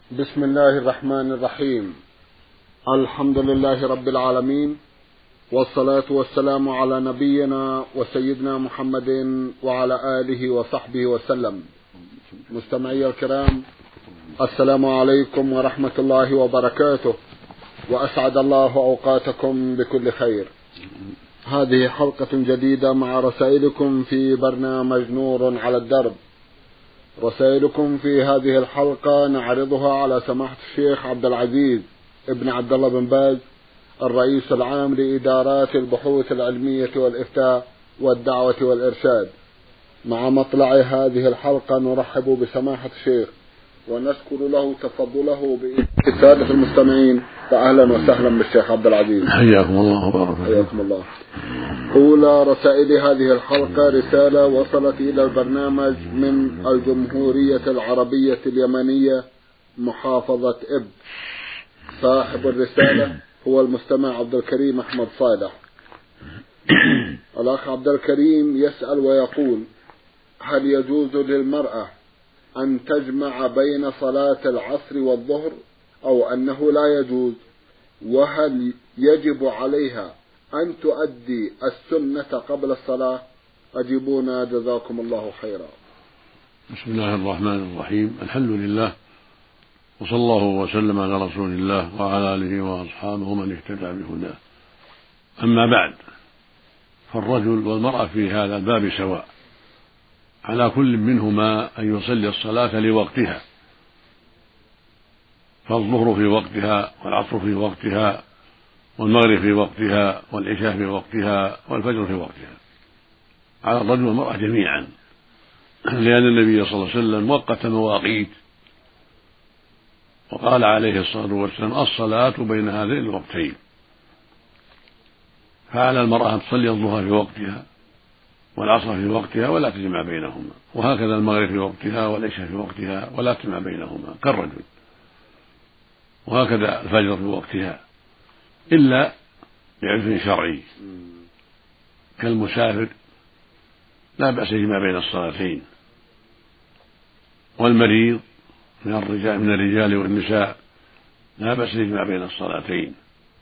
بسم الله الرحمن الرحيم. الحمد لله رب العالمين، والصلاة والسلام على نبينا وسيدنا محمد وعلى آله وصحبه وسلم. مستمعي الكرام، السلام عليكم ورحمة الله وبركاته، وأسعد الله أوقاتكم بكل خير. هذه حلقة جديدة مع رسائلكم في برنامج نور على الدرب. رسائلكم في هذه الحلقة نعرضها على سماحة الشيخ عبد العزيز ابن عبد الله بن باز، الرئيس العام لإدارات البحوث العلمية والإفتاء والدعوة والإرشاد. مع مطلع هذه الحلقة نرحب بسماحة الشيخ ونشكر له تفضله بإسعاد المستمعين، فأهلا وسهلا بالشيخ عبد العزيز. حياكم الله وبارك فيكم. حياكم الله. أولى رسائل هذه الحلقة رسالة وصلت إلى البرنامج من الجمهورية العربية اليمنية محافظة إب. صاحب الرسالة هو المستمع عبد الكريم أحمد صالح. الأخ عبد الكريم يسأل ويقول: هل يجوز للمرأة أن تجمع بين صلاة العصر والظهر أو أنه لا يجوز؟ وهل يجب عليها أن تؤدي السنة قبل الصلاة؟ أجيبونا جزاكم الله خيرا. بسم الله الرحمن الرحيم. الحمد لله، وصلى الله وسلم على رسول الله وعلى آله وأصحابه من اهتدى بهداه. أما بعد، فالرجل والمرأة في هذا الباب سواء، على كل منهما أن يصلي الصلاة لوقتها، فالظهر في وقتها والعصر في وقتها والمغرب في وقتها والعشاء في وقتها والفجر في وقتها، على الرجل والمرأة جميعا، لأن النبي صلى الله عليه وسلم وقت مواقيت وقال عليه الصلاة والسلام: الصلاة بين هذين الوقتين. فعلى المرأة أن تصلي الظهر في وقتها والعصر في وقتها ولا تجمع بينهما، وهكذا المغرب في وقتها والعشاء في وقتها ولا تجمع بينهما كالرجل، وهكذا الفجر في وقتها، إلا بعذر شرعي كالمسافر لا بأس يجمع بين الصلاتين، والمريض من الرجال والنساء لا بأس يجمع بين الصلاتين،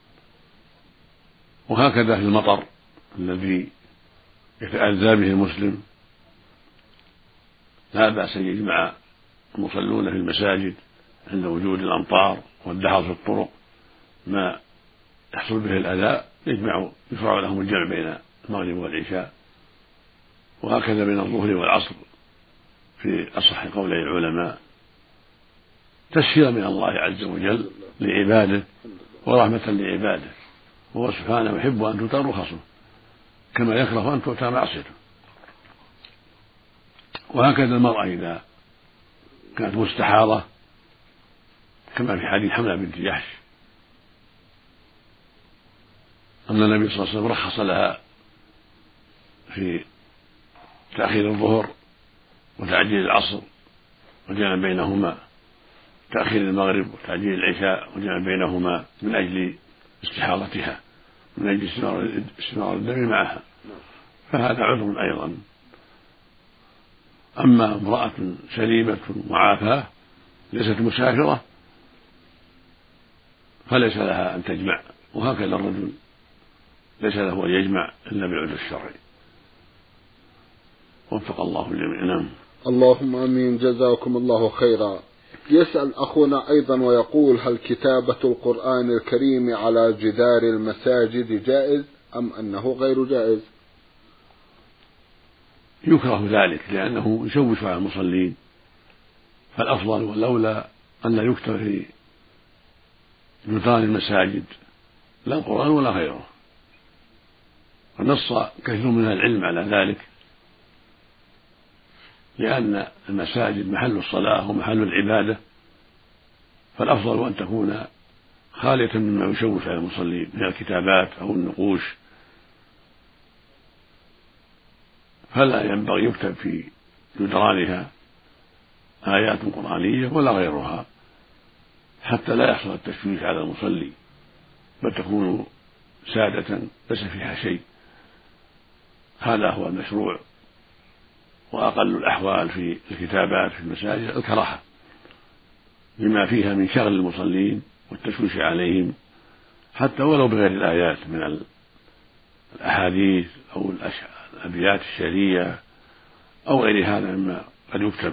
وهكذا في المطر الذي يتأذى به المسلم لا بأس أن يجمع المصلون في المساجد عند وجود الأمطار والدحر في الطرق ما يحصل به الأذى، يشرع لهم الجمع بين المغرب والعشاء، وهكذا بين الظهر والعصر في أصح قولي العلماء، تسهيلا من الله عز وجل لعباده ورحمة لعباده، وهو سبحانه يحب أن تؤتى رخصه كما يكره أن تؤتى معصيته. وهكذا المرأة إذا كانت مستحاضة، كما في حديث حملة بنت جحش أن النبي صلى الله عليه وسلم رخص لها في تأخير الظهر وتعجيل العصر وجمع بينهما، تأخير المغرب وتعجيل العشاء وجمع بينهما من أجل استحاضتها، من أجل استمرار الدم معها، فهذا عذر أيضا. أما امرأة سليمة معافاة ليست مسافرة فليس لها أن تجمع، وهكذا الرجل ليس له أن يجمع إلا بالعذر الشرعي. وفق الله الجميع. نعم. اللهم آمين، جزاكم الله خيرا. يسأل أخونا أيضا ويقول: هل كتابة القرآن الكريم على جدار المساجد جائز أم أنه غير جائز؟ يكره ذلك لأنه يشوش على المصلين، فالأفضل والأولى أن لا يكتب في جدران المساجد لا القرآن ولا غيره. ونص كثير من العلم على ذلك، لأن المساجد محل الصلاة ومحل العبادة، فالأفضل أن تكون خالية مما يشوش على المصلين من الكتابات أو النقوش، فلا ينبغي يكتب في جدرانها آيات قرآنية ولا غيرها حتى لا يحصل التشويش على المصلي، بل تكون سادة ليس فيها شيء. هذا هو المشروع، وأقل الأحوال في الكتابات في المساجد الكراهة، لما فيها من شغل المصلين والتشويش عليهم، حتى ولو بغير الآيات من الأحاديث أو الأبيات الشعرية أو غير هذا مما قد يكتب.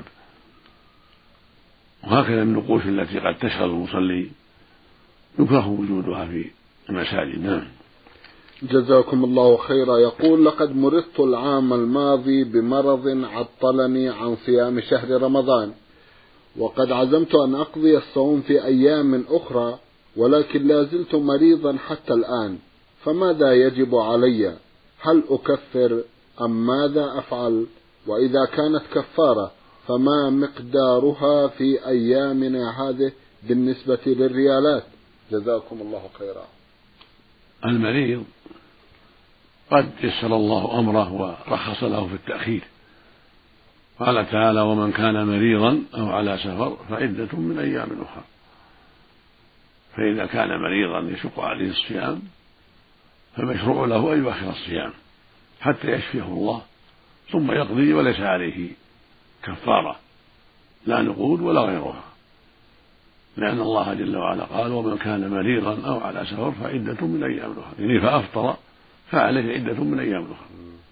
وهكذا النقوش التي قد تشغل المصلي يكره وجودها في المساجد. نعم. جزاكم الله خيرا. يقول: لقد مرضت العام الماضي بمرض عطلني عن صيام شهر رمضان، وقد عزمت أن أقضي الصوم في أيام أخرى، ولكن لا زلت مريضا حتى الآن، فماذا يجب علي؟ هل أكفر أم ماذا أفعل؟ وإذا كانت كفارة فما مقدارها في أيامنا هذه بالنسبة للريالات؟ جزاكم الله خيرا. المريض قد يسر الله أمره ورخص له في التأخير. قال تعالى: ومن كان مريضا أو على سفر فعدة من أيام أخرى. فإذا كان مريضا يشق عليه الصيام فمشروع له أن يؤخر الصيام حتى يشفيه الله ثم يقضي، وليس عليه كفارة لا نقود ولا غيرها، لأن الله جل وعلا قال: ومن كان مريضا أو على سفر فعدة من أيام أخرى، يعني فأفطر فعليه عدة من أيام أخرى.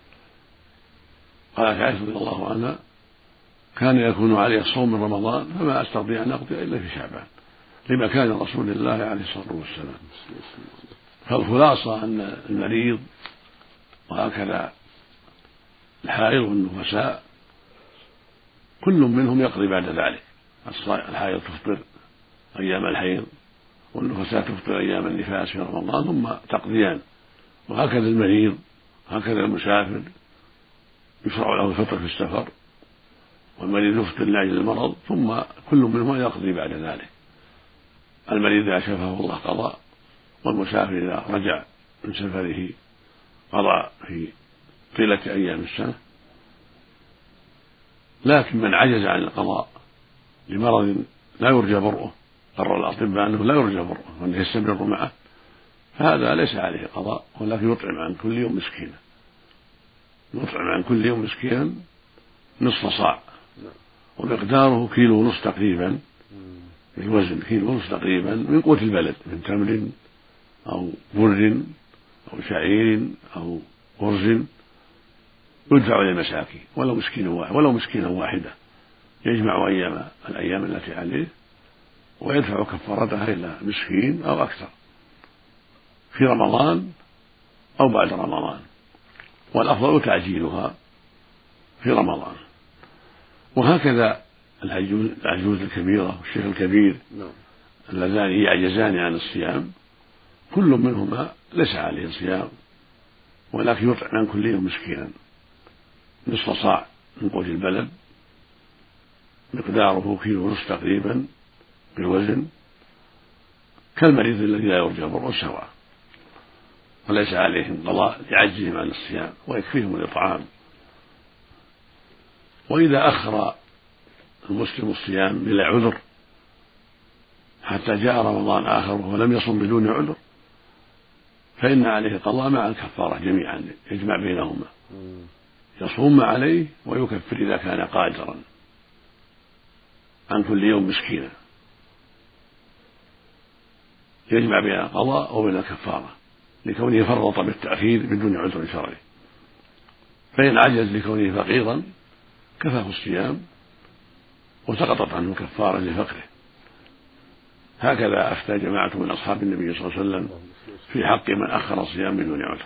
قالت عائشة رضي الله عنها: كان يكون عليه الصوم من رمضان فما أستطيع أن أقضي إلا في شعبان، لما كان رسول الله عليه الصلاة والسلام. فالخلاصة أن المريض وهكذا الحائض والنفساء كل منهم يقضي بعد ذلك. الحائض تفطر أيام الحيض، والنفساء تفطر أيام النفاس في رمضان ثم تقضيان، وهكذا المريض، هكذا المسافر يشرع له الفطر في السفر، والمريض يفطر لأجل المرض ثم كل منهما يقضي بعد ذلك. المريض إذا شفاه الله قضى، والمسافر إذا رجع من سفره قضى في طيلة أيام السنة. لكن من عجز عن القضاء لمرض لا يرجى برؤه، قرر الأطباء أنه لا يرجى برؤه وأنه يستمر معه، فهذا ليس عليه قضاء، ولكن يطعم عن كل يوم مسكينا، يطعم عن كل يوم مسكينا نصف صاع، ومقداره كيلو ونصف تقريبا، بالوزن كيلو ونصف تقريبا من قوت البلد، من تمر أو بر أو شعير أو أرز، يدفع للمساكين ولو مسكينا واحدة، يجمع الأيام التي عليه ويدفع كفارتها إلى مسكين أو أكثر في رمضان أو بعد رمضان، والأفضل تعجيلها في رمضان. وهكذا العجوز الكبيرة والشيخ الكبير اللذان يعجزان عن الصيام كل منهما ليس عليه صيام، ولكن يطعم عن كل يوم مسكينا نصف صاع من قوت البلد، مقداره كيلو ونصف تقريبا بالوزن، كالمريض الذي لا يرجى برؤه سواء، وليس عليهم قضاء لعجزهم عن الصيام ويكفيهم الإطعام. وإذا أخر المسلم الصيام بلا عذر حتى جاء رمضان آخر ولم يصم بدون عذر فإن عليه قضاء مع الكفارة جميعا، يجمع بينهما، يصوم ما عليه ويكفر إذا كان قادرا عن كل يوم مسكينا، يجمع بين القضاء وبين الكفارة لكونه فرط بالتأخير بدون عذر شرعي. فإن عجز لكونه فقيرا كفاه الصيام وسقطت عنه كفارة لفقره. هكذا أفتى جماعة من أصحاب النبي صلى الله عليه وسلم في حق من أخر الصيام بدون عذر.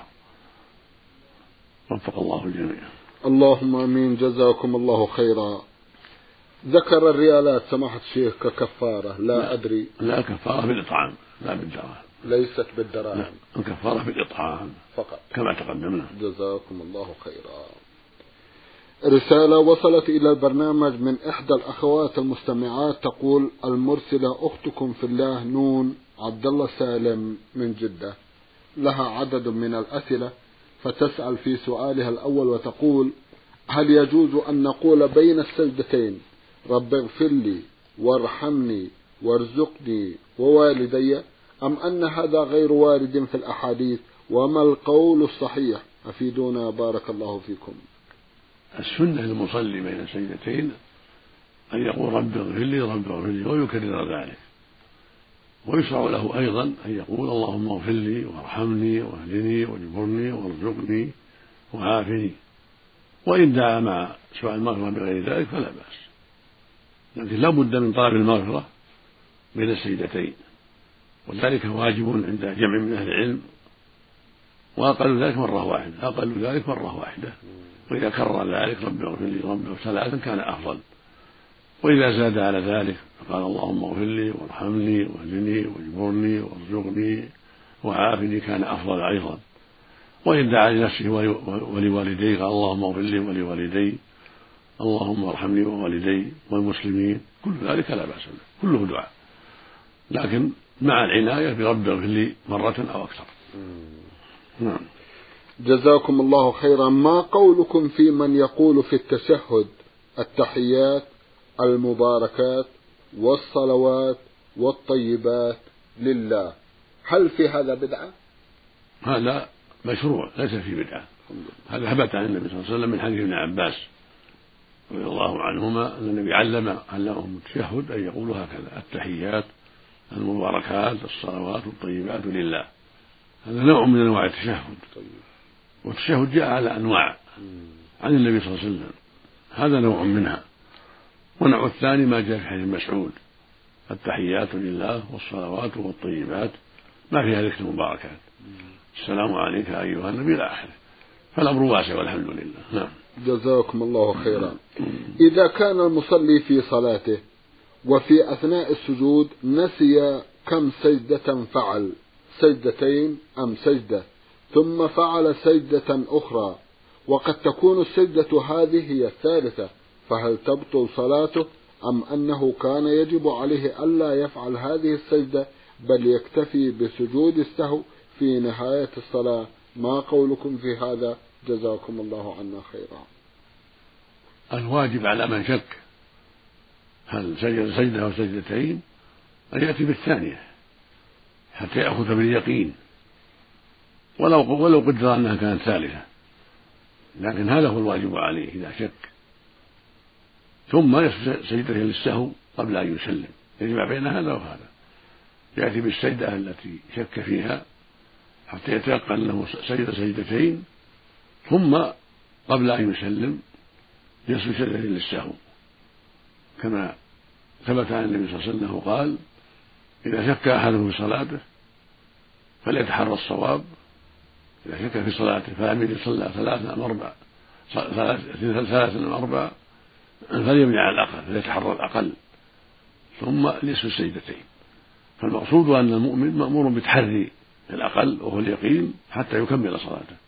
وفق الله الجميع. اللهم آمين. جزاكم الله خيرا. ذكر الريالات سماحة الشيخ ككفارة، لا أدري. لا، كفارة بالإطعام لا بالدراهم. ليست بالدراهم. لا، الكفارة بالإطعام فقط كما تقدمنا. جزاكم الله خيرا. رسالة وصلت إلى البرنامج من إحدى الأخوات المستمعات تقول: المرسلة أختكم في الله نون عبد الله سالم من جدة، لها عدد من الأسئلة، فتسأل في سؤالها الأول وتقول: هل يجوز أن نقول بين السجدتين رب اغفر لي وارحمني وارزقني ووالدي، أم أن هذا غير وارد في الأحاديث؟ وما القول الصحيح؟ أفيدونا بارك الله فيكم. السنة للمصلي بين السجدتين أن يقول رب اغفر لي رب اغفر لي ويكرر ذلك. ويشرع له أيضا أن يقول اللهم اغفر لي وارحمني واهدني واجبرني وارزقني وعافني، وإن دعا مع سؤال المغفرة بغير ذلك فلا بأس، لكن لا بد من طلب المغفرة بين السجدتين، وذلك واجب عند جمع من أهل العلم، وأقل ذلك مرة واحدة، وإذا كرر ذلك رب اغفر لي رب اغفر ثلاثا كان أفضل، وإذا زاد على ذلك فقال اللهم اغفر لي وارحمني واهدني واجبرني وارزقني وعافني كان أفضل أيضا. وإن دعا لنفسه ولوالديه قال اللهم اغفر لي ولوالدي اللهم ارحمني ووالدي والمسلمين، كل ذلك لا بأس به، كله دعاء، لكن مع العناية برب اغفر لي مرة أو أكثر. نعم. جزاكم الله خيرا. ما قولكم في من يقول في التشهد التحيات المباركات والصلوات والطيبات لله، هل في هذا بدعة؟ هذا مشروع ليس فيه بدعة، هذا ثبت عن النبي صلى الله عليه وسلم من حديث ابن عباس رضي الله عنهما أن النبي علمهم التشهد أن يقولوا هكذا: التحيات المباركات الصلوات الطيبات لله. هذا نوع من أنواع التشهد، والتشهد جاء على أنواع عن النبي صلى الله عليه وسلم، هذا نوع منها. والنوع الثاني ما جاء في حديث مسعود: التحيات لله والصلوات والطيبات ما فيها ذكر المباركات، السلام عليك أيها النبي إلى آخره. فالأمر واسع والحمد لله. نعم. جزاكم الله خيرا. إذا كان المصلي في صلاته وفي أثناء السجود نسي كم سجدة فعل، سجدتين أم سجدة، ثم فعل سجدة أخرى، وقد تكون السجدة هذه هي الثالثة، فهل تبطل صلاته أم أنه كان يجب عليه ألا يفعل هذه السجدة بل يكتفي بسجود السهو في نهاية الصلاة؟ ما قولكم في هذا؟ جزاكم الله عنا خيرا. الواجب على من شك هل سجد سجدة أو سجدتين أن يأتي بالثانية حتى يأخذ باليقين، ولو قدر أنها كانت ثالثة، لكن هذا هو الواجب عليه إذا شك. ثم يسجد سجدة للسهو قبل أن يسلم، يجمع بين هذا وهذا، يأتي بالسجدة التي شك فيها حتى يتيقن أنه سجد سجدتين، ثم قبل أن يسلم يسجد سجدة للسهو، كما ثبت عن النبي صلى الله عليه وسلم قال: إذا شك أحدكم في صلاته فليتحرى الصواب، إذا شك في صلاته فلم يدري صلى ثلاثا أم أربعة فليبني على الأقل، فليتحرى الأقل ثم ليسجد سجدتين. فالمقصود أن المؤمن مأمور بتحري الأقل وهو اليقين حتى يكمل صلاته.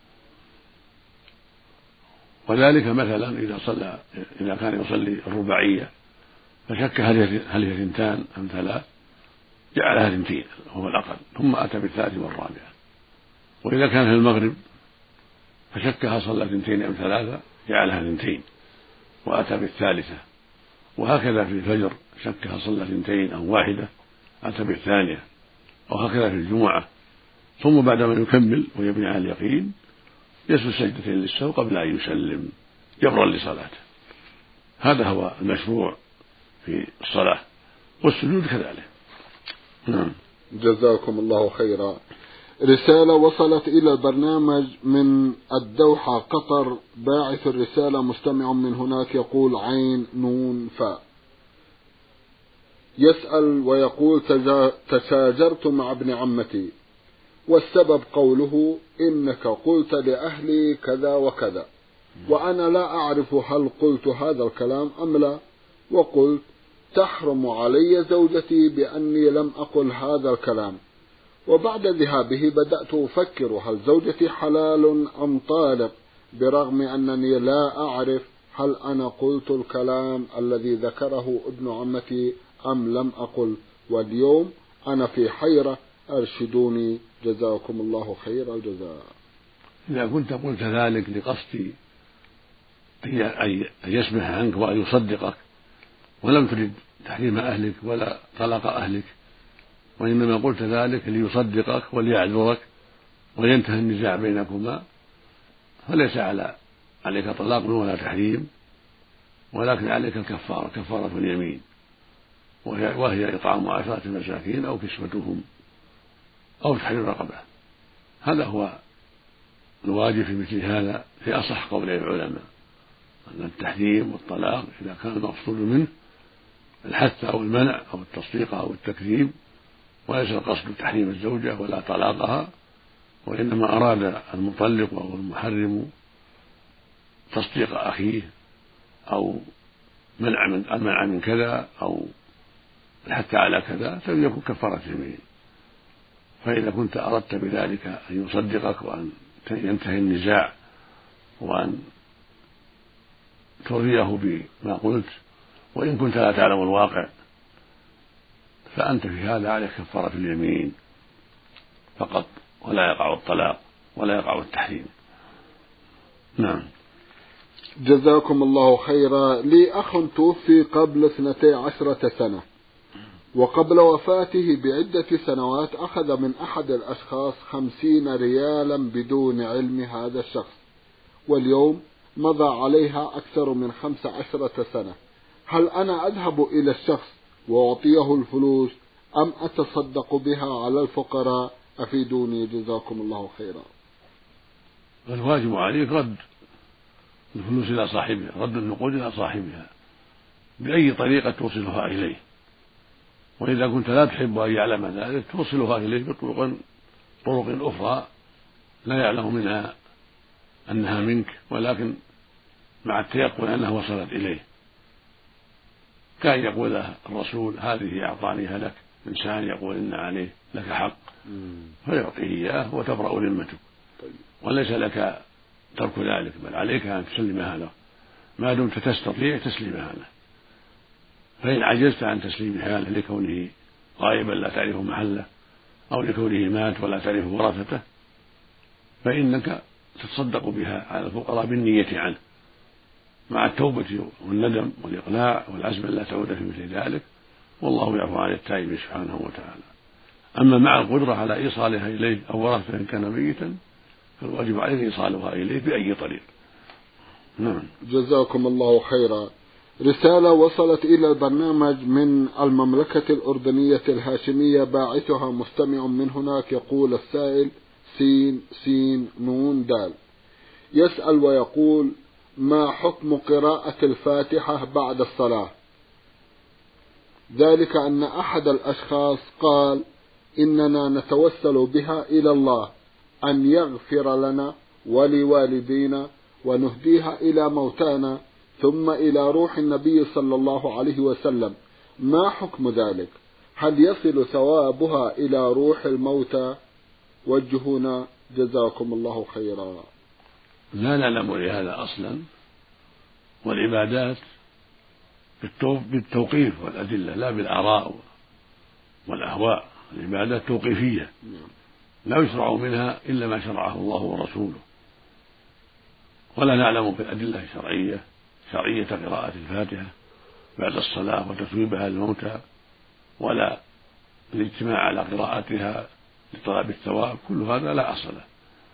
وذلك مثلا إذا كان يصلي الرباعية فشك هل هي ثنتان أم ثلاث جعلها ثنتين وهو الأقل، ثم أتى بالثالث والرابعة. وإذا كان في المغرب فشكها صلى ثنتين أم ثلاثة جعلها ثنتين وأتى بالثالثة. وهكذا في الفجر شكها صلى ثنتين أو واحدة أتى بالثانية. وهكذا في الجمعة. ثم بعدما يكمل ويبني على اليقين يسجد سجدتين للسهو قبل أن يسلم جبرا لصلاته. هذا هو المشروع في الصلاة، والسجود كذلك. نعم. جزاكم الله خيرا. رسالة وصلت إلى البرنامج من الدوحة قطر، باعث الرسالة مستمع من هناك يقول عين نون فاء، يسأل ويقول: تشاجرت مع ابن عمتي، والسبب قوله إنك قلت لأهلي كذا وكذا، وأنا لا أعرف هل قلت هذا الكلام أم لا، وقلت تحرم علي زوجتي بأني لم أقل هذا الكلام. وبعد ذهابه بدأت أفكر هل زوجتي حلال أم طالق، برغم أنني لا أعرف هل أنا قلت الكلام الذي ذكره ابن عمتي أم لم أقل، واليوم أنا في حيرة، أرشدوني جزاكم الله خير الجزاء. إذا كنت قلت ذلك لقصد أن يسمح عنك وأن يصدقك، ولم ترد تحريم أهلك ولا طلاق أهلك، وإنما قلت ذلك ليصدقك وليعذرك وينتهي النزاع بينكما، فليس عليك طلاق ولا تحريم، ولكن عليك الكفارة، كفارة اليمين، وهي إطعام 10 مساكين أو كسوتهم أو تحرير رقبة. هذا هو الواجب في مثل هذا في أصح قولي العلماء، أن التحريم والطلاق إذا كان المقصود منه الحث أو المنع أو التصديق أو التكذيب، وليس القصد تحريم الزوجة ولا طلاقها، وإنما أراد المطلق أو المحرم تصديق أخيه أو المنع من كذا أو الحث على كذا، فليكن كفارة يمين. فإذا كنت أردت بذلك أن يصدقك وأن ينتهي النزاع وأن ترضيه بما قلت، وإن كنت لا تعلم الواقع، فأنت في هذا عليك كفارة اليمين فقط، ولا يقع الطلاق ولا يقع التحريم. نعم. جزاكم الله خيرا. لي أخ توفي قبل 12 سنة، وقبل وفاته بعدة سنوات أخذ من أحد الأشخاص 50 ريالا بدون علم هذا الشخص، واليوم مضى عليها أكثر من 15 سنة. هل أنا أذهب إلى الشخص وأعطيه الفلوس أم أتصدق بها على الفقراء؟ أفيدوني جزاكم الله خيرا. الواجب عليك رد الفلوس إلى صاحبها، رد النقود إلى صاحبها بأي طريقة توصلها إليه، وإذا كنت لا تحب أن يعلم ذلك توصلها إليه بطرق أخرى لا يعلم منها أنها منك، ولكن مع التيقن أنها وصلت إليه، كان يقول له الرسول هذه أعطانيها لك، إنسان يقول إن عليه لك حق فيعطيه إياه وتبرأ ذمتك، وليس لك ترك ذلك، بل عليك أن تسلمها له ما دمت تستطيع تسليمها له. فإن عجزت عن تسليمها له لكونه غائبا لا تعرف محله أو لكونه مات ولا تعرف ورثته، فإنك تتصدق بها على الفقراء بالنية عنه مع التوبة والندم والإقلاع والعزم لا تعود في مثل ذلك، والله يعفو عن التائب سبحانه وتعالى. أما مع القدرة على إيصالها إليه أو ورثته إن كان ميتا فالواجب عليه إيصالها إليه بأي طريق. نعم. جزاكم الله خيرا. رسالة وصلت إلى البرنامج من المملكة الأردنية الهاشمية، باعثها مستمع من هناك، يقول السائل سين دال، يسأل ويقول: ما حكم قراءة الفاتحة بعد الصلاة؟ ذلك أن أحد الأشخاص قال: إننا نتوسل بها إلى الله أن يغفر لنا ولوالدينا ونهديها إلى موتانا ثم إلى روح النبي صلى الله عليه وسلم، ما حكم ذلك؟ هل يصل ثوابها إلى روح الموتى؟ وجهونا جزاكم الله خيرا. لا نعلم لهذا أصلا، والعبادات بالتوقيف والأدلة لا بالآراء والأهواء، العبادات توقيفية لا يشرع منها إلا ما شرعه الله ورسوله، ولا نعلم في الأدلة شرعية قراءة الفاتحة بعد الصلاة وتثويبها للموتى، ولا الاجتماع على قراءتها لطلب الثواب، كل هذا لا أصل له.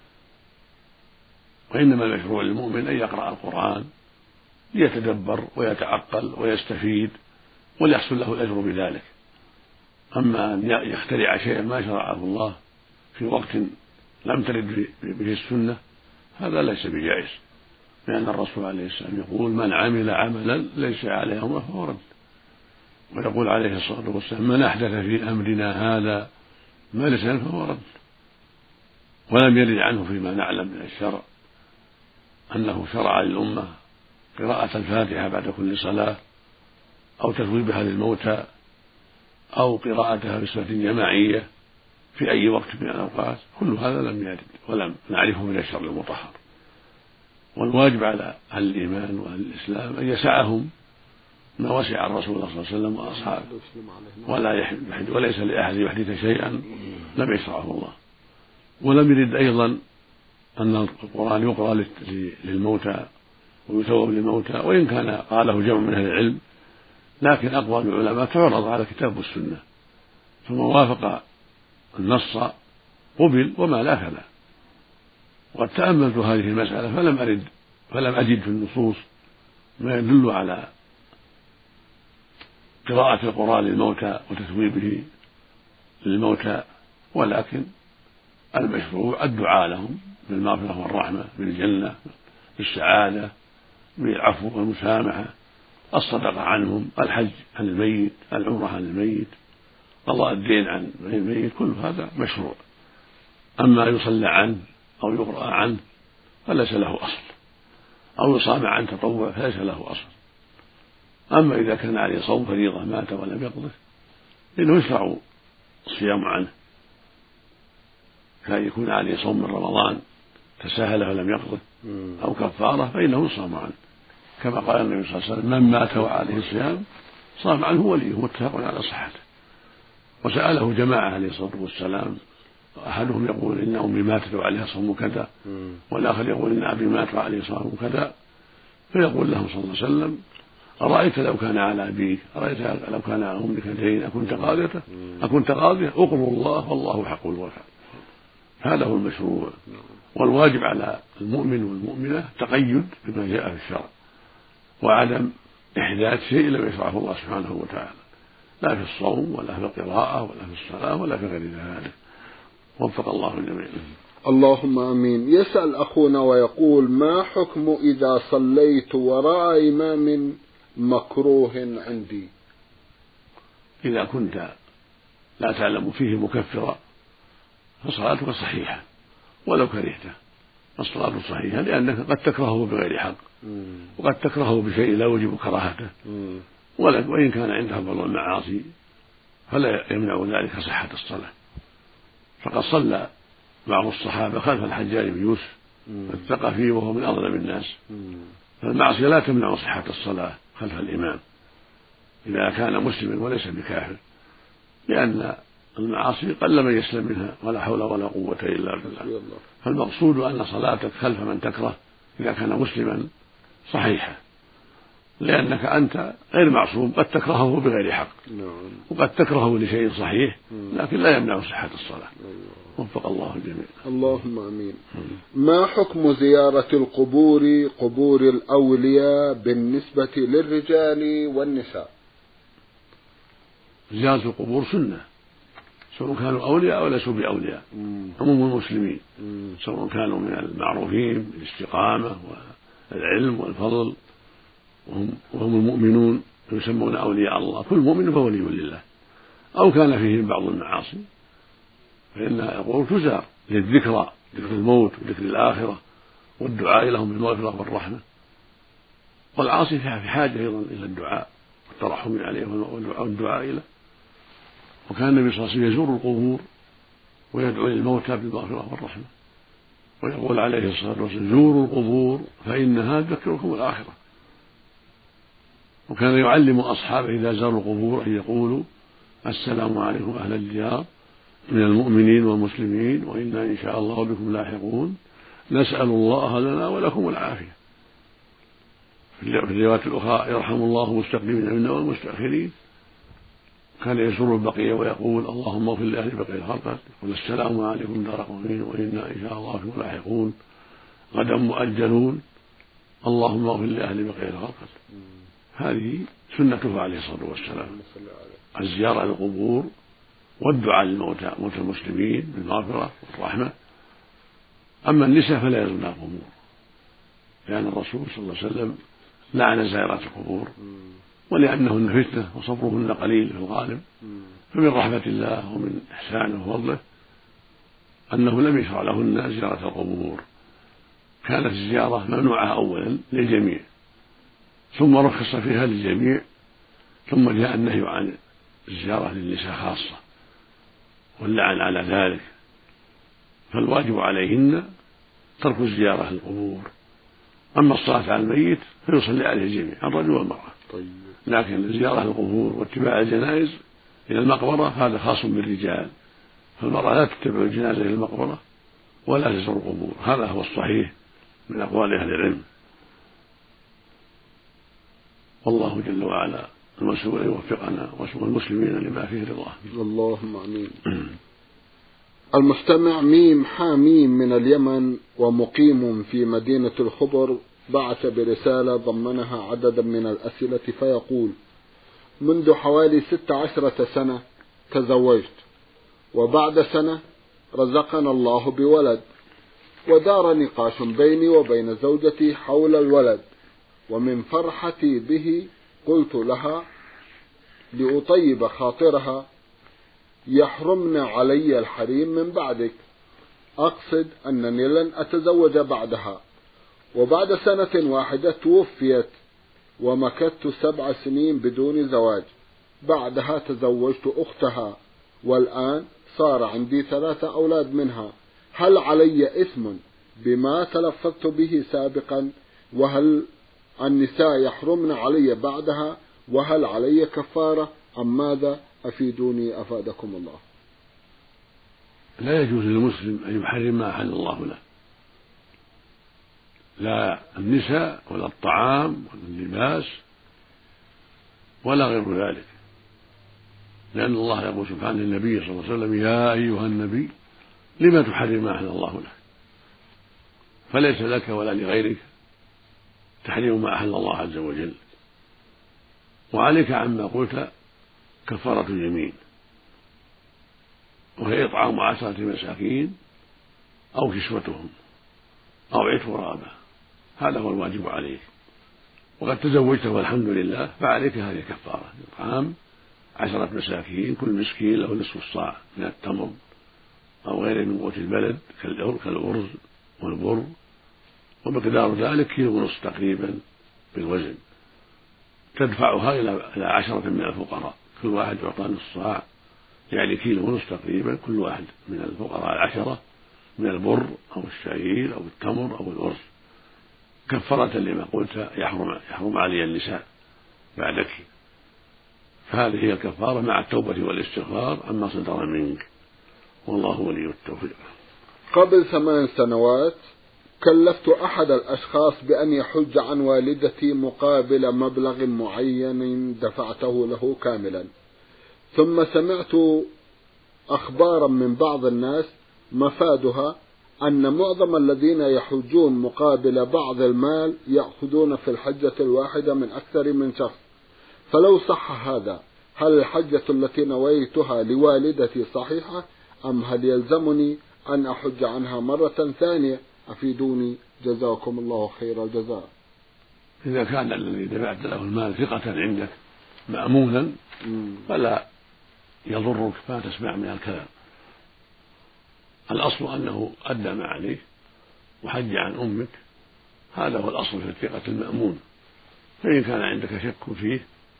وإنما المشروع للمؤمن أن يقرأ القرآن ليتدبر ويتعقل ويستفيد وليحصل له الأجر بذلك. أما أن يخترع شيئا ما شرعه الله في وقت لم ترد به السنة هذا ليس بجائز، لأن الرسول عليه السلام يقول: من عمل عملا ليس عليه أمره فهو رد. ويقول عليه الصلاة والسلام: من أحدث في أمرنا هذا ما ليس منه فهو رد. ولم يرد عنه فيما نعلم من الشرع أنه شرع للأمة قراءة الفاتحة بعد كل صلاة أو تثويبها للموتى أو قراءتها بصفة جماعية في أي وقت من الأوقات، كل هذا لم يرد ولم نعرفه من الشرع المطهر. والواجب على أهل الإيمان وأهل الإسلام أن يسعهم ما وسع الرسول صلى الله عليه وسلم وأصحابه، وليس لأحد يحدث شيئا لم يشرعه الله. ولم يرد أيضا أن القرآن يقرأ للموتى ويثوب للموتى، وإن كان قاله جمع من أهل العلم، لكن أقوال العلماء تعرض على الكتاب والسنة، فما وافق النص قبل وما لا فلا. وقد تأملت هذه المسألة فلم أجد في النصوص ما يدل على قراءة القرآن للموتى وتثويبه للموتى، ولكن المشروع الدعاء لهم بالمغفرة والرحمة، بالجنة، بالسعادة، بالعفو والمسامحة، الصدقة عنهم، الحج عن الميت، العمرة عن الميت، قضاء الدين عن الميت، كل هذا مشروع. أما يصلى عنه أو يقرأ عنه فليس له أصل، أو يصام عن تطوع فليس له أصل. أما إذا كان عليه صوم فريضة مات ولم يقضه فإنه يشرع الصيام عنه، كان يكون عليه صوم من رمضان تساهل ولم يقضه أو كفارة فإنه يصام عنه، كما قال النبي صلى الله عليه وسلم: من مات وعليه صيام صام عنه وليه، متفق على صحته. وسأله جماعة عليه الصلاة والسلام، أحدهم يقول إن أمي ماتت وعليها صوم كذا، والآخر يقول إن أبي مات وعليه صوم كذا، فيقول لهم صلى الله عليه وسلم: أرأيت لو كان على أبيك، أرأيت لو كان على أمك دين أكنت قاضيه؟ اقروا الله والله حق الوفاء. هذا هو المشروع. والواجب على المؤمن والمؤمنة تقيد بما جاء في الشرع، وعدم إحداث شيء لم يشرعه الله سبحانه وتعالى، لا في الصوم ولا في القراءة ولا في الصلاة ولا في غير ذلك. وفق الله الجميع. اللهم آمين. يسأل أخونا ويقول: ما حكم إذا صليت وراء إمام مكروه عندي؟ إذا كنت لا تعلم فيه مكفرا فصلاتك صحيحة ولو كرهته، الصلاة صحيحة، لأنك قد تكرهه بغير حق، وقد تكرهه بشيء لا يوجب كراهته، وإن كان عندها بعض المعاصي فلا يمنع ذلك صحة الصلاة. فقد صلى بعض الصحابة خلف الحجاج بن يوسف الثقفي وهو من أظلم الناس، فالمعصية لا تمنع صحة الصلاة خلف الإمام إذا كان مسلما وليس بكافر، لأن المعاصي قل من يسلم منها، ولا حول ولا قوة إلا بالله. فالمقصود أن صلاتك خلف من تكره إذا كان مسلما صحيحة، لأنك أنت غير معصوم، قد تكرهه بغير حق، وقد تكرهه لشيء صحيح، لكن لا يمنع صحة الصلاة. وفق الله الجميع. اللهم آمين. ما حكم زيارة القبور، قبور الأولياء، بالنسبة للرجال والنساء؟ زيارة القبور سنة، سواء كانوا أولياء أو ليسوا بأولياء، عموم المسلمين، سواء كانوا من المعروفين بالاستقامة والعلم والفضل وهم المؤمنون يسمون أولياء الله، كل مؤمن فولي لله، أو كان فيهم بعض المعاصي، فإن القبور تزار للذكرى، ذكر الموت وذكر الآخرة والدعاء لهم بالمغفرة والرحمة. والعاصي في حاجة أيضا إلى الدعاء والترحم عليه والدعاء له. وكان النبي صلى الله عليه وسلم يزور القبور ويدعو للموتى بالمغفرة والرحمة، ويقول عليه الصلاة والسلام: زوروا القبور فإنها تذكركم الآخرة. وكان يعلم أصحابه إذا زاروا القبور أن يقولوا: السلام عليكم أهل الديار من المؤمنين والمسلمين، وإنا إن شاء الله بكم لاحقون، نسأل الله لنا ولكم العافية. في الروايات الأخرى: يرحم الله المستقدمين منا والمستأخرين. كان يزور البقية ويقول: اللهم اغفر لأهل بقية الغرقد، يقول: السلام عليكم دار قومين، وإنا إن شاء الله بكم لاحقون، غدا مؤجلون، اللهم اغفر لأهل بقية الغرقد. هذه سنته عليه الصلاة والسلام، الزيارة للقبور والدعاء للموتى، موتى المسلمين بالمغفرة والرحمة. أما النساء فلا يزورن القبور، لأن الرسول صلى الله عليه وسلم لعن زائرات القبور، ولأنهن فتنة وصبرهن قليل في الغالب. فمن رحمة الله ومن إحسانه وفضله أنه لم يشرع لهن زيارة القبور. كانت الزيارة ممنوعة أولا للجميع، ثم رخص فيها للجميع، ثم جاء النهي عن الزيارة للنساء خاصة واللعن على ذلك. فالواجب عليهن ترك الزيارة للقبور. أما الصلاة على الميت فيصلي عليه الجميع، الرجل والمرأة. لكن الزيارة للقبور واتباع الجنائز إلى المقبرة هذا خاص بالرجال، فالمرأة لا تتبع الجنازة إلى المقبرة ولا تزور القبور. هذا هو الصحيح من أقوال أهل العلم، والله جل وعلا المسؤول أن يوفقنا ويوفق المسلمين لما فيه رضاه. اللهم آمين. المستمع ميم حاميم من اليمن ومقيم في مدينة الخبر بعث برسالة ضمنها عددا من الأسئلة فيقول: منذ حوالي 16 سنة تزوجت، وبعد سنة رزقنا الله بولد، ودار نقاش بيني وبين زوجتي حول الولد، ومن فرحتي به قلت لها لأطيب خاطرها: يحرمن علي الحريم من بعدك، أقصد أنني لن أتزوج بعدها. وبعد سنة واحدة توفيت، ومكثت 7 سنين بدون زواج. بعدها تزوجت أختها، والآن صار عندي 3 أولاد منها. هل علي إثم بما تلفظت به سابقا؟ وهل النساء يحرمن علي بعدها؟ وهل علي كفارة أم ماذا؟ أفيدوني أفادكم الله. لا يجوز للمسلم أن يحرم ما أحل الله له، لا النساء ولا الطعام ولا اللباس ولا غير ذلك، لأن الله يقول سبحانه للنبي صلى الله عليه وسلم: يا أيها النبي لما تحرم ما أحل الله لك. فليس لك ولا لغيرك تحريم ما أحل الله عز وجل. وعليك عما قلت كفارة اليمين، وهي إطعام 10 مساكين أو كسوتهم أو عتق رقبة، هذا هو الواجب عليك. وقد تزوجت والحمد لله، فعليك هذه الكفارة: إطعام 10 مساكين، كل مسكين له نصف الصاع من التمر أو غيره من قوت البلد كالأرز والبر، ومقدار ذلك 1.5 كيلو تقريبا بالوزن، تدفعها إلى 10 من الفقراء، كل واحد يعطى نصف صاع، يعني 1.5 كيلو تقريبا كل واحد من الفقراء 10 من البر أو الشعير أو التمر أو الأرز، كفارة لما قلت يحرم علي النساء بعدك. فهذه هي الكفارة مع التوبة والاستغفار عما صدر منك، والله ولي التوفيق. قبل 8 سنوات كلفت أحد الأشخاص بأن يحج عن والدتي مقابل مبلغ معين دفعته له كاملا، ثم سمعت أخبارا من بعض الناس مفادها أن معظم الذين يحجون مقابل بعض المال يأخذون في الحجة الواحدة من أكثر من شخص. فلو صح هذا، هل الحجة التي نويتها لوالدتي صحيحة، أم هل يلزمني أن أحج عنها مرة ثانية؟ أفيدوني جزاكم الله خير الجزاء. إذا كان الذي دفعت له المال ثقة عندك مأمونا فلا يضرك ما تسمع من الكلام. الأصل أنه أدى ما عليه وحج عن أمك، هذا هو الأصل في الثقة المأمون. فإن كان عندك شك فيه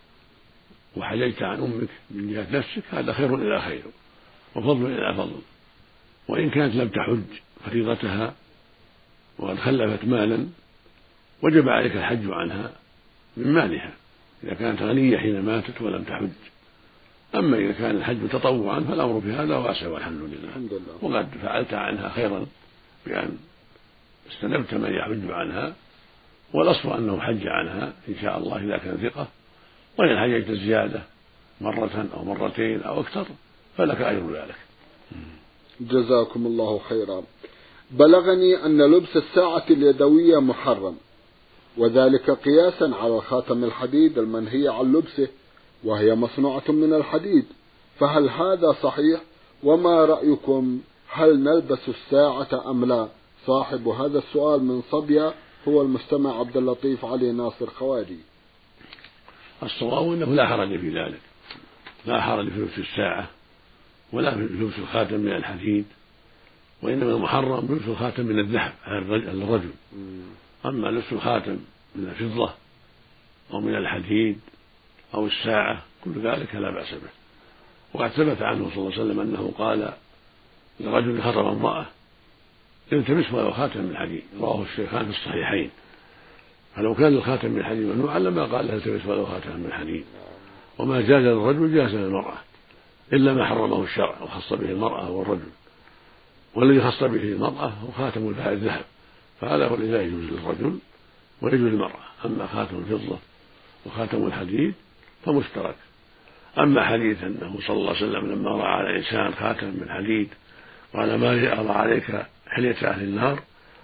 وحججت عن أمك من جهة نفسك، هذا خير إلى خير وفضل إلى فضل. وإن كانت لم تحج فريضتها وقد خلفت مالا، وجب عليك الحج عنها من مالها إذا كانت غنية حين ماتت ولم تحج. أما إذا كان الحج تطوعا فالأمر في هذا واسع والحمد لله. وقد فعلت عنها خيرا بأن استلمت من يحج عنها، والأصل أنه حج عنها إن شاء الله إذا كان ثقة. وإن حججت زيادة مرة أو مرتين أو أكثر فلك أجر ذلك. جزاكم الله خيرا. بلغني أن لبس الساعة اليدوية محرم، وذلك قياسا على خاتم الحديد المنهي عن لبسه، وهي مصنوعة من الحديد، فهل هذا صحيح؟ وما رأيكم، هل نلبس الساعة أم لا؟ صاحب هذا السؤال من صبيا هو المستمع عبد اللطيف علي ناصر خواري. الصواب أنه لا حرج في ذلك، لا حرج في لبس الساعة ولا في لبس الخاتم من الحديد، وإنما المحرم لبس الخاتم من الذهب على الرجل. أما لبس الخاتم من الفضة أو من الحديد أو الساعة كل ذلك لا بأس به. وقد ثبت عنه صلى الله عليه وسلم أنه قال لرجل خطب امرأة: التمس ولو خاتم من حديد، رواه الشيخان في الصحيحين. فلو كان الخاتم من الحديد ممنوعا لما قال له التمس ولو خاتم من حديد. وما جاز للرجل جاز للمرأة، إلا ما حرمه الشرع وخص به المرأة والرجل، والذي خص به المرأة هو خاتم الذهب، فهذا هو الذي لا يجوز للرجل ويجوز للمرأة. أما خاتم الفضة وخاتم الحديد فمشترك. أما حديث أنه صلى الله عليه وسلم لما رأى على الإنسان خاتم من حديد قال: ما لي أرى عليك حلية أهل النار،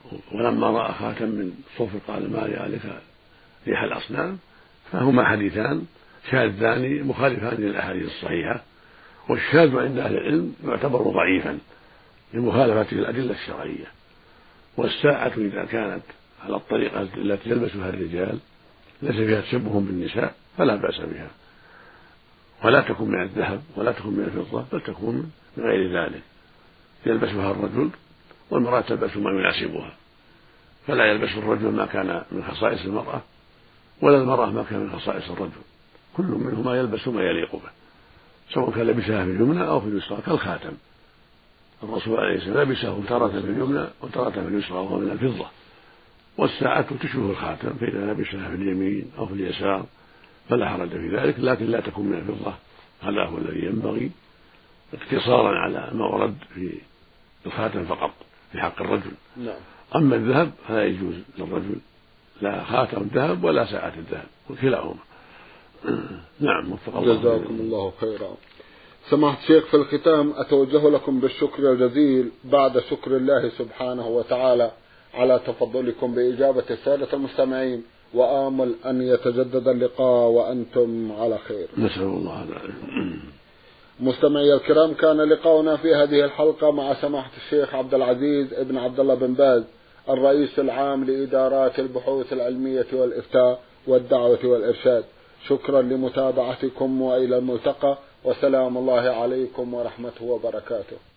ولما رأى خاتم من صفر قال ما لي عليك ريح الأصنام. فهما حديثان شاذان مخالفان للأحاديث الصحيحة، والشاذ عند أهل العلم يعتبر ضعيفا لمخالفته الأدلة الشرعية. والساعة إذا كانت على الطريقة التي يلبسها الرجال ليس فيها تشبه بالنساء فلا بأس بها، ولا تكون من الذهب ولا تكون من الفضة، بل تكون من غير ذلك يلبسها الرجل، والمرأة تلبس ما يناسبها، فلا يلبس الرجل ما كان من خصائص المرأة ولا المرأة ما كان من خصائص الرجل، كل منهما يلبس ما يليق به، سواء كان لبسها في اليمنى أو في اليسرى كالخاتم. الرسول عليه السلام لبسه تارة في اليمنى وتارة في اليسرى وهو من الفضة. والساعة تشبه الخاتم، فإذا لبسها في اليمين أو في اليسار فلا حرج في ذلك، لكن لا تكون من الفضة، هذا هو الذي ينبغي، اقتصارا على ما ورد في الخاتم فقط في حق الرجل. نعم. أما الذهب فلا يجوز للرجل لا خاتم الذهب ولا ساعة الذهب، وكلاهما. نعم. وفق الله. جزاكم الله خيرا. سماحة الشيخ، في الختام أتوجه لكم بالشكر الجزيل بعد شكر الله سبحانه وتعالى على تفضلكم بإجابة السادة المستمعين، وآمل أن يتجدد اللقاء وأنتم على خير. نسأل الله ذلك. مستمعي الكرام، كان لقاؤنا في هذه الحلقة مع سماحة الشيخ عبد العزيز ابن عبد الله بن باز، الرئيس العام لإدارات البحوث العلمية والإفتاء والدعوة والإرشاد. شكرا لمتابعتكم، وإلى الملتقى، وسلام الله عليكم ورحمته وبركاته.